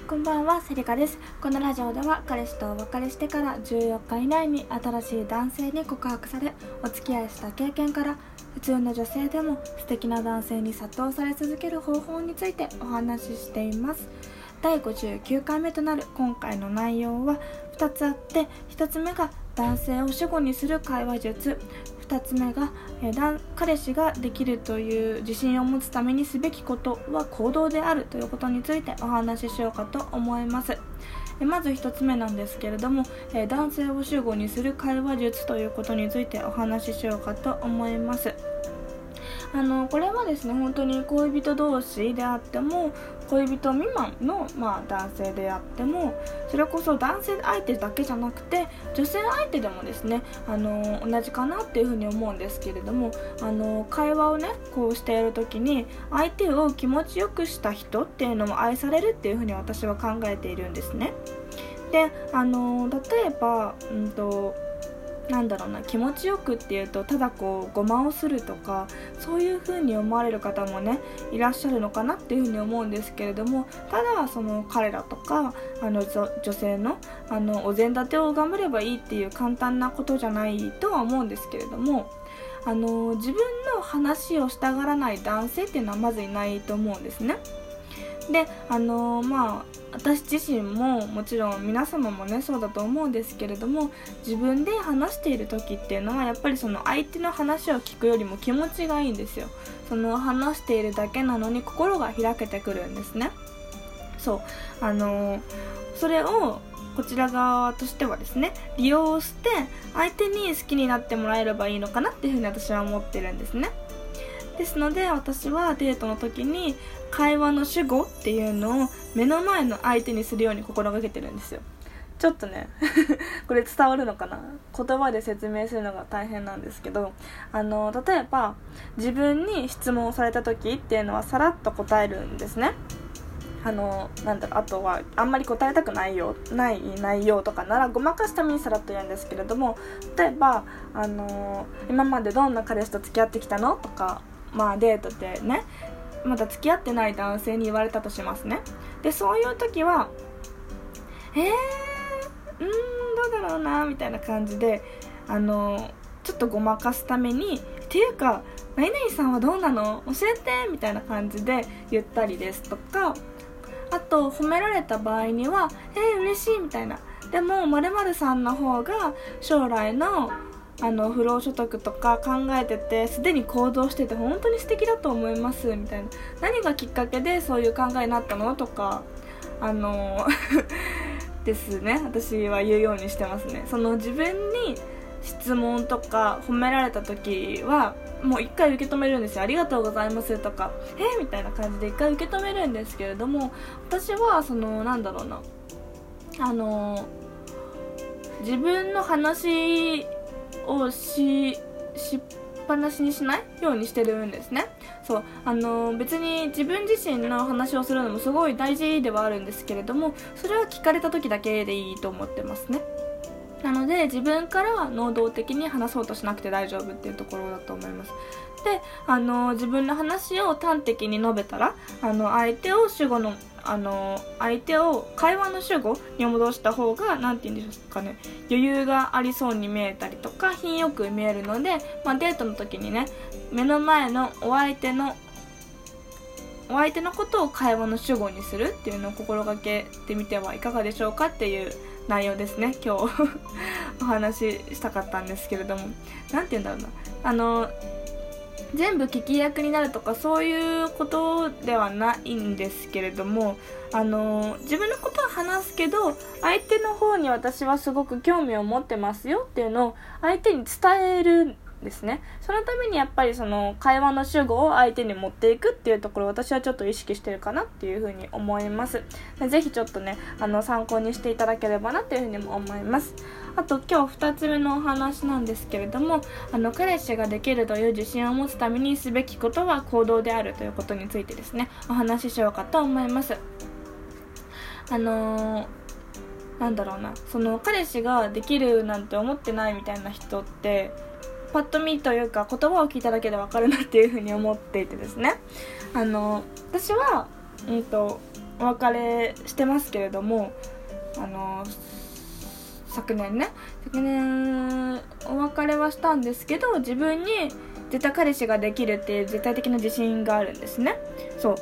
こんばんは、セリカです。このラジオでは彼氏とお別れしてから14日以内に新しい男性に告白され、お付き合いした経験から普通の女性でも素敵な男性に殺到され続ける方法についてお話ししています。第59回目となる今回の内容は2つあって、1つ目が男性を主語にする会話術、2つ目が彼氏ができるという自信を持つためにすべきことは行動であるということについてお話ししようかと思います。まず1つ目なんですけれども、男性を主語にする会話術ということについてお話ししようかと思います。これはですね、本当に恋人同士であっても恋人未満の、男性であっても、それこそ男性相手だけじゃなくて女性相手でもですね、同じかなっていうふうに思うんですけれども、会話をねこうしている時に相手を気持ちよくした人っていうのも愛されるっていうふうに私は考えているんですね。で、例えば気持ちよくっていうとただごまをするとかそういう風に思われる方もねいらっしゃるのかなっていう風に思うんですけれども、ただその彼らとか女性のお膳立てを頑張ればいいっていう簡単なことじゃないとは思うんですけれども、自分の話をしたがらない男性っていうのはまずいないと思うんですね。で、私自身ももちろん皆様もねそうだと思うんですけれども、自分で話している時っていうのはやっぱりその相手の話を聞くよりも気持ちがいいんですよ。その話しているだけなのに心が開けてくるんですね。そう、それをこちら側としてはですね利用して相手に好きになってもらえればいいのかなっていうふうに私は思ってるんですね。ですので私はデートの時に会話の主語っていうのを目の前の相手にするように心がけてるんですよ。ちょっとねこれ伝わるのかな、言葉で説明するのが大変なんですけど、例えば自分に質問された時っていうのはさらっと答えるんですね。あとはあんまり答えたくない内容とかならごまかすためにさらっと言うんですけれども、例えば今までどんな彼氏と付き合ってきたのとか、デートでねまだ付き合ってない男性に言われたとしますね。でそういう時はどうだろうなみたいな感じでちょっとごまかすためにっていうか何々さんはどうなの教えてみたいな感じで言ったりですとか、あと褒められた場合には嬉しいみたいな、でも〇〇さんの方が将来の不労所得とか考えててすでに行動してて本当に素敵だと思いますみたいな、何がきっかけでそういう考えになったのとかですね、私は言うようにしてますね。その自分に質問とか褒められた時はもう一回受け止めるんですよ。ありがとうございますとかみたいな感じで一回受け止めるんですけれども、私は自分の話をしっぱなしにしないようにしてるんですね。そう別に自分自身の話をするのもすごい大事ではあるんですけれども、それは聞かれた時だけでいいと思ってますね。なので自分から能動的に話そうとしなくて大丈夫っていうところだと思います。で自分の話を端的に述べたら相手を会話の主語に戻した方がなんて言うんですかね、余裕がありそうに見えたりとか品よく見えるので、デートの時にね目の前のお相手のことを会話の主語にするっていうのを心がけてみてはいかがでしょうかっていう内容ですね。今日お話ししたかったんですけれども、なんて言うんだろうな、全部聞き役になるとかそういうことではないんですけれども、自分のことは話すけど相手の方に私はすごく興味を持ってますよっていうのを相手に伝えるんですね。そのためにやっぱりその会話の主語を相手に持っていくっていうところを私はちょっと意識してるかなっていうふうに思います。ぜひちょっとね参考にしていただければなっていうふうにも思います。あと今日2つ目のお話なんですけれども、彼氏ができるという自信を持つためにすべきことは行動であるということについてですねお話ししようかと思います。その彼氏ができるなんて思ってないみたいな人ってパッと見というか言葉を聞いただけで分かるなっていうふうに思っていてですね、私はお別れしてますけれども、昨年お別れはしたんですけど、自分に絶対彼氏ができるっていう絶対的な自信があるんですね。そう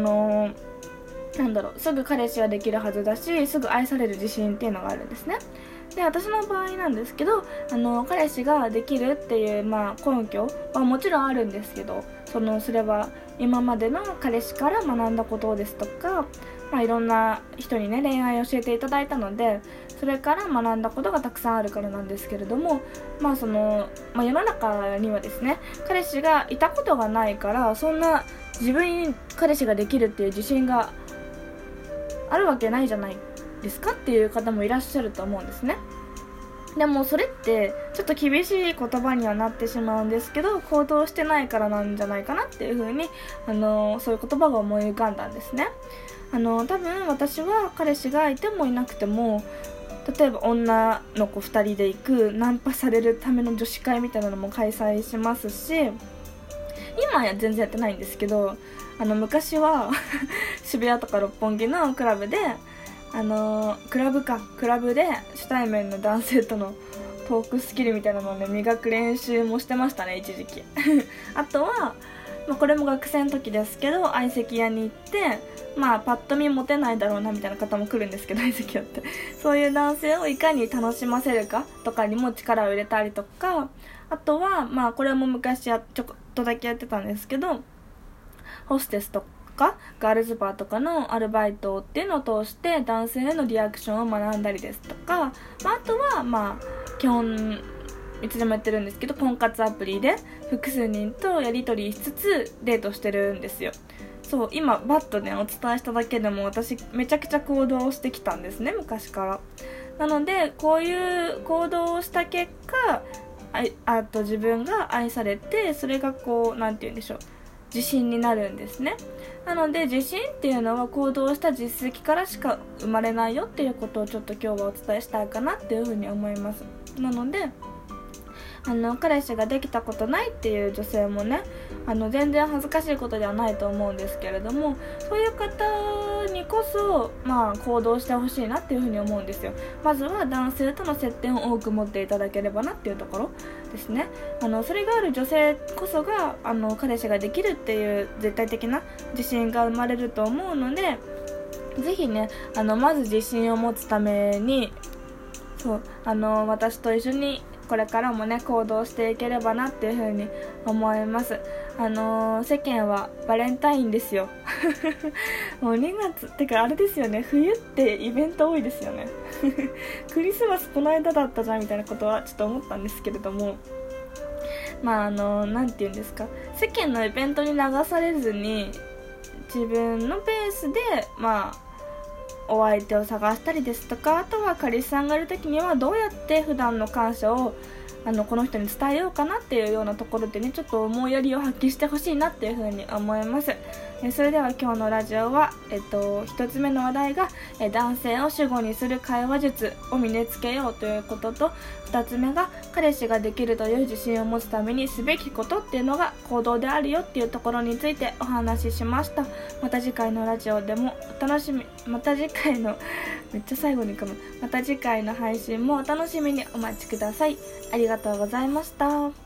すぐ彼氏はできるはずだし、すぐ愛される自信っていうのがあるんですね。で、私の場合なんですけど、彼氏ができるっていう、根拠はもちろんあるんですけど、それは今までの彼氏から学んだことですとか、いろんな人にね恋愛を教えていただいたので、それから学んだことがたくさんあるからなんですけれども、世の中にはですね、彼氏がいたことがないから、そんな自分に彼氏ができるっていう自信があるわけないじゃないですかっていう方もいらっしゃると思うんですね。でもそれってちょっと厳しい言葉にはなってしまうんですけど、行動してないからなんじゃないかなっていう風にそういう言葉が思い浮かんだんですね。多分私は彼氏がいてもいなくても、例えば女の子2人で行くナンパされるための女子会みたいなのも開催しますし、今は全然やってないんですけど、昔は渋谷とか六本木のクラブでクラブで初対面の男性とのトークスキルみたいなのをね磨く練習もしてましたね、一時期あとは、これも学生の時ですけど、相席屋に行って、パッと見モテないだろうなみたいな方も来るんですけど、相席屋ってそういう男性をいかに楽しませるかとかにも力を入れたりとか、あとはこれも昔ちょこっとだけやってたんですけど、ホステスとかガールズバーとかのアルバイトっていうのを通して男性へのリアクションを学んだりですとか、あとは基本いつでもやってるんですけど、婚活アプリで複数人とやり取りしつつデートしてるんですよ。そう、今バッとねお伝えしただけでも私めちゃくちゃ行動してきたんですね、昔から。なのでこういう行動をした結果、あと自分が愛されて、それがなんて言うんでしょう、自信になるんですね。なので自信っていうのは行動した実績からしか生まれないよっていうことをちょっと今日はお伝えしたいかなっていうふうに思います。なので彼氏ができたことないっていう女性もね、全然恥ずかしいことではないと思うんですけれども、そういう方にこそ行動してほしいなっていうふうに思うんですよ。まずは男性との接点を多く持っていただければなっていうところですね。それがある女性こそが彼氏ができるっていう絶対的な自信が生まれると思うので、ぜひねまず自信を持つために、私と一緒にこれからもね行動していければなっていう風に思います。世間はバレンタインですよもう2月ってかあれですよね、冬ってイベント多いですよねクリスマスこの間だったじゃんみたいなことはちょっと思ったんですけれども、なんて言うんですか、世間のイベントに流されずに自分のペースでお相手を探したりですとか、あとは彼氏さんがいる時にはどうやって普段の感謝をこの人に伝えようかなっていうようなところでね、ちょっと思いやりを発揮してほしいなっていう風に思います。それでは今日のラジオは、1つ目の話題が、男性を主語にする会話術を身につけようということと、2つ目が彼氏ができるという自信を持つためにすべきことっていうのが行動であるよっていうところについてお話ししました。また次回のラジオでもお楽しみ、また次回の配信もお楽しみにお待ちください。ありがとうございました。